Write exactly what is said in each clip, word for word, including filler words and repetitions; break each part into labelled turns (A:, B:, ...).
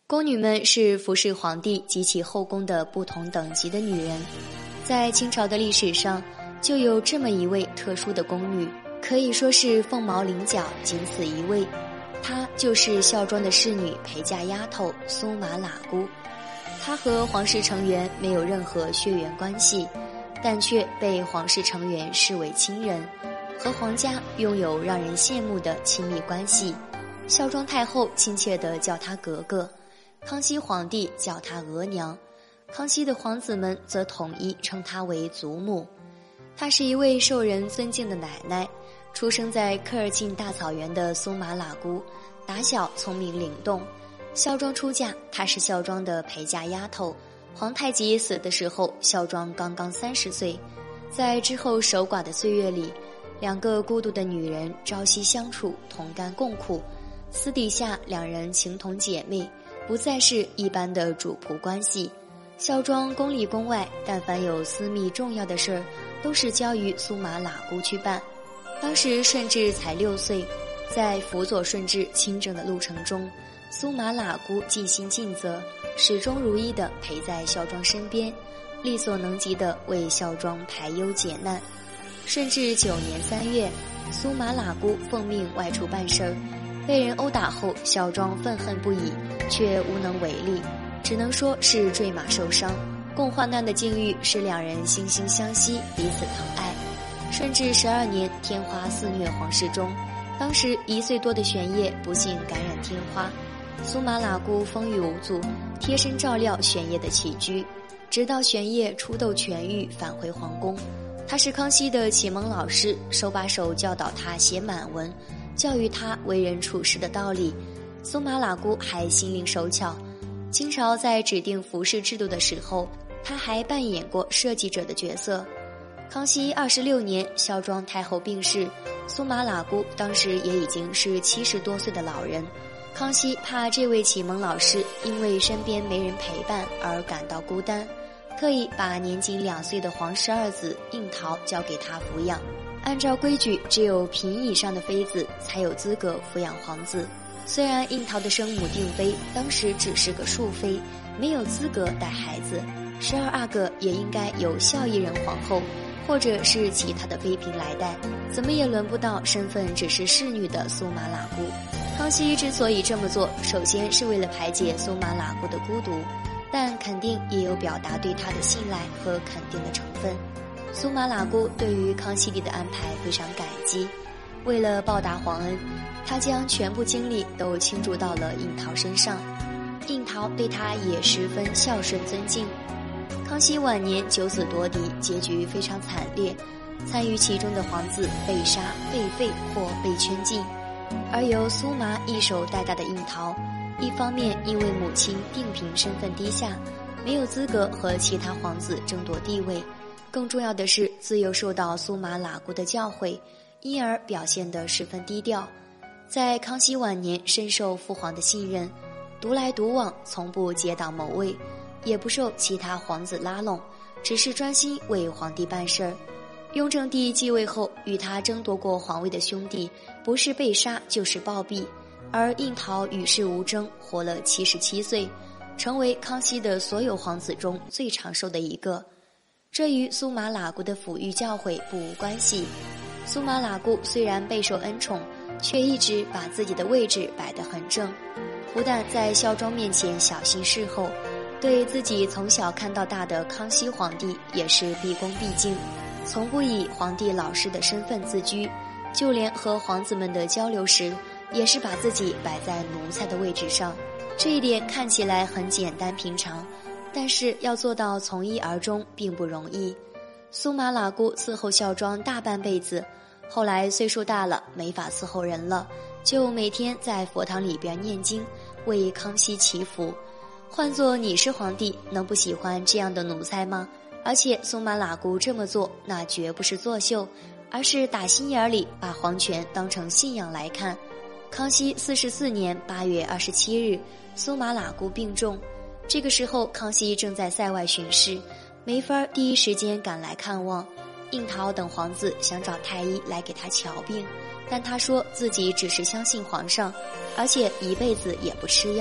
A: 宫女们是服侍皇帝及其后宫的不同等级的女人，在清朝的历史上就有这么一位特殊的宫女，可以说是凤毛麟角，仅此一位。她就是孝庄的侍女陪嫁丫头苏玛喇姑。她和皇室成员没有任何血缘关系，但却被皇室成员视为亲人，和皇家拥有让人羡慕的亲密关系。孝庄太后亲切地叫她格格，康熙皇帝叫她额娘，康熙的皇子们则统一称她为祖母。她是一位受人尊敬的奶奶，出生在科尔沁大草原的苏玛喇姑，打小聪明灵动。孝庄出嫁，她是孝庄的陪嫁丫头。皇太极死的时候，孝庄刚刚三十岁。在之后守寡的岁月里，两个孤独的女人朝夕相处，同甘共苦。私底下两人情同姐妹，不再是一般的主仆关系。孝庄宫里宫外，但凡有私密重要的事儿，都是交于苏玛喇姑去办。当时顺治才六岁，在辅佐顺治亲政的路程中，苏玛喇姑尽心尽责，始终如一地陪在孝庄身边，力所能及地为孝庄排忧解难。顺治九年三月，苏玛喇姑奉命外出办事儿，被人殴打后，孝庄愤恨不已，却无能为力，只能说是坠马受伤。共患难的境遇使两人惺惺相惜，彼此疼爱。顺治十二年，天花肆虐皇室中，当时一岁多的玄烨不幸感染天花，苏玛喇姑风雨无阻，贴身照料玄烨的起居，直到玄烨出痘痊愈，返回皇宫。他是康熙的启蒙老师，手把手教导他写满文，教育他为人处事的道理。苏玛喇姑还心灵手巧，清朝在指定服饰制度的时候，他还扮演过设计者的角色。康熙二十六年，孝庄太后病逝，苏玛喇姑当时也已经是七十多岁的老人。康熙怕这位启蒙老师因为身边没人陪伴而感到孤单，特意把年仅两岁的皇室二子胤桃交给他抚养。按照规矩，只有嫔以上的妃子才有资格抚养皇子。虽然胤桃的生母定妃当时只是个庶妃，没有资格带孩子，十二阿哥也应该由孝义人皇后或者是其他的妃嫔来带，怎么也轮不到身份只是侍女的苏玛喇姑。康熙之所以这么做，首先是为了排解苏玛喇姑的孤独，但肯定也有表达对她的信赖和肯定的成分。苏玛喇姑对于康熙帝的安排非常感激，为了报答皇恩，她将全部精力都倾注到了胤桃身上。胤桃对她也十分孝顺尊敬。康熙晚年九子夺嫡，结局非常惨烈，参与其中的皇子被杀、被废或被圈禁，而由苏玛一手带大的胤桃，一方面因为母亲定嫔身份低下，没有资格和其他皇子争夺地位，更重要的是自幼受到苏玛喇姑的教诲，因而表现得十分低调。在康熙晚年深受父皇的信任，独来独往，从不结党谋位，也不受其他皇子拉拢，只是专心为皇帝办事儿。雍正帝继位后，与他争夺过皇位的兄弟，不是被杀就是暴毙，而胤桃与世无争，活了七十七岁，成为康熙的所有皇子中最长寿的一个。这与苏玛喇姑的抚育教诲不无关系。苏玛喇姑虽然备受恩宠，却一直把自己的位置摆得很正，不但在孝庄面前小心侍候，对自己从小看到大的康熙皇帝也是毕恭毕敬，从不以皇帝老师的身份自居，就连和皇子们的交流时，也是把自己摆在奴才的位置上。这一点看起来很简单平常，但是要做到从一而终并不容易。苏玛喇姑伺候孝庄大半辈子，后来岁数大了，没法伺候人了，就每天在佛堂里边念经，为康熙祈福。换做你是皇帝，能不喜欢这样的奴才吗？而且苏玛喇姑这么做，那绝不是作秀，而是打心眼里把皇权当成信仰来看。康熙四十四年八月二十七日，苏玛喇姑病重，这个时候康熙正在塞外巡视，没法第一时间赶来看望。胤桃等皇子想找太医来给他瞧病，但他说自己只是相信皇上，而且一辈子也不吃药，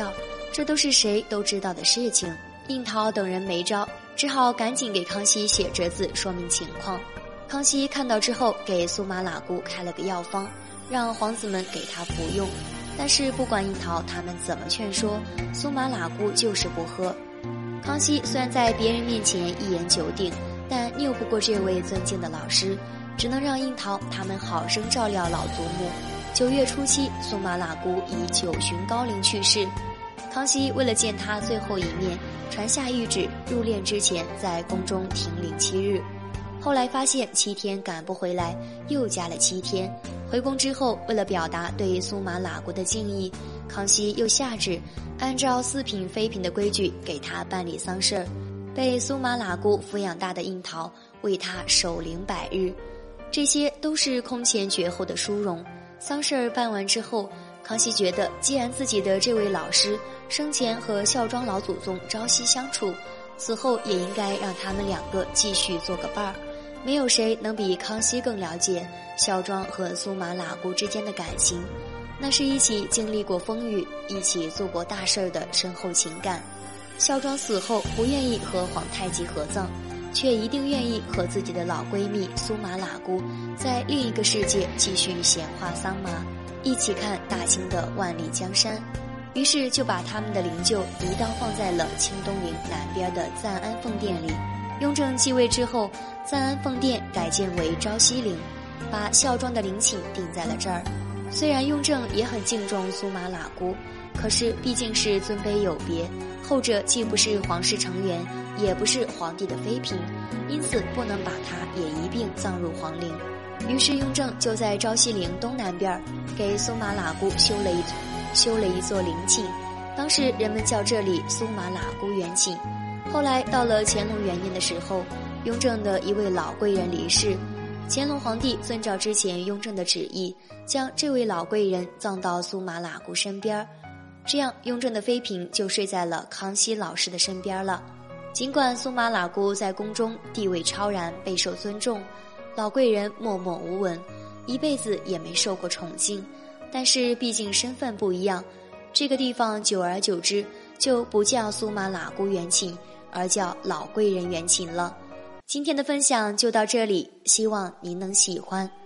A: 这都是谁都知道的事情。应桃等人没招，只好赶紧给康熙写折子说明情况。康熙看到之后，给苏麻喇姑开了个药方，让皇子们给他服用。但是不管应桃他们怎么劝说，苏麻喇姑就是不喝。康熙虽然在别人面前一言九鼎，但拗不过这位尊敬的老师，只能让应桃他们好生照料老祖母。九月初七，苏麻喇姑以九旬高龄去世。康熙为了见他最后一面，传下谕旨，入殓之前在宫中停灵七日。后来发现七天赶不回来，又加了七天。回宫之后，为了表达对苏麻喇姑的敬意，康熙又下旨按照四品妃嫔的规矩给他办理丧事儿。被苏麻喇姑抚养大的应桃为他守灵百日，这些都是空前绝后的殊荣。丧事儿办完之后，康熙觉得既然自己的这位老师生前和孝庄老祖宗朝夕相处，死后也应该让他们两个继续做个伴儿。没有谁能比康熙更了解孝庄和苏麻喇姑之间的感情，那是一起经历过风雨，一起做过大事的深厚情感。孝庄死后不愿意和皇太极合葬，却一定愿意和自己的老闺蜜苏麻喇姑在另一个世界继续闲话桑麻，一起看大清的万里江山。于是就把他们的灵柩一道放在了清东陵南边的赞安奉殿里。雍正继位之后，赞安奉殿改建为昭西陵，把孝庄的陵寝定在了这儿。虽然雍正也很敬重苏麻喇姑，可是毕竟是尊卑有别，后者既不是皇室成员，也不是皇帝的妃嫔，因此不能把她也一并葬入皇陵。于是雍正就在昭西陵东南边给苏麻喇姑修了一修了一座陵寝，当时人们叫这里苏麻喇姑园寝。后来到了乾隆元年的时候，雍正的一位老贵人离世，乾隆皇帝遵照之前雍正的旨意，将这位老贵人葬到苏麻喇姑身边，这样雍正的妃嫔就睡在了康熙老师的身边了。尽管苏麻喇姑在宫中地位超然，备受尊重，老贵人默默无闻，一辈子也没受过宠幸，但是毕竟身份不一样，这个地方久而久之就不叫苏麻喇姑园寝，而叫老贵人园寝了。今天的分享就到这里，希望您能喜欢。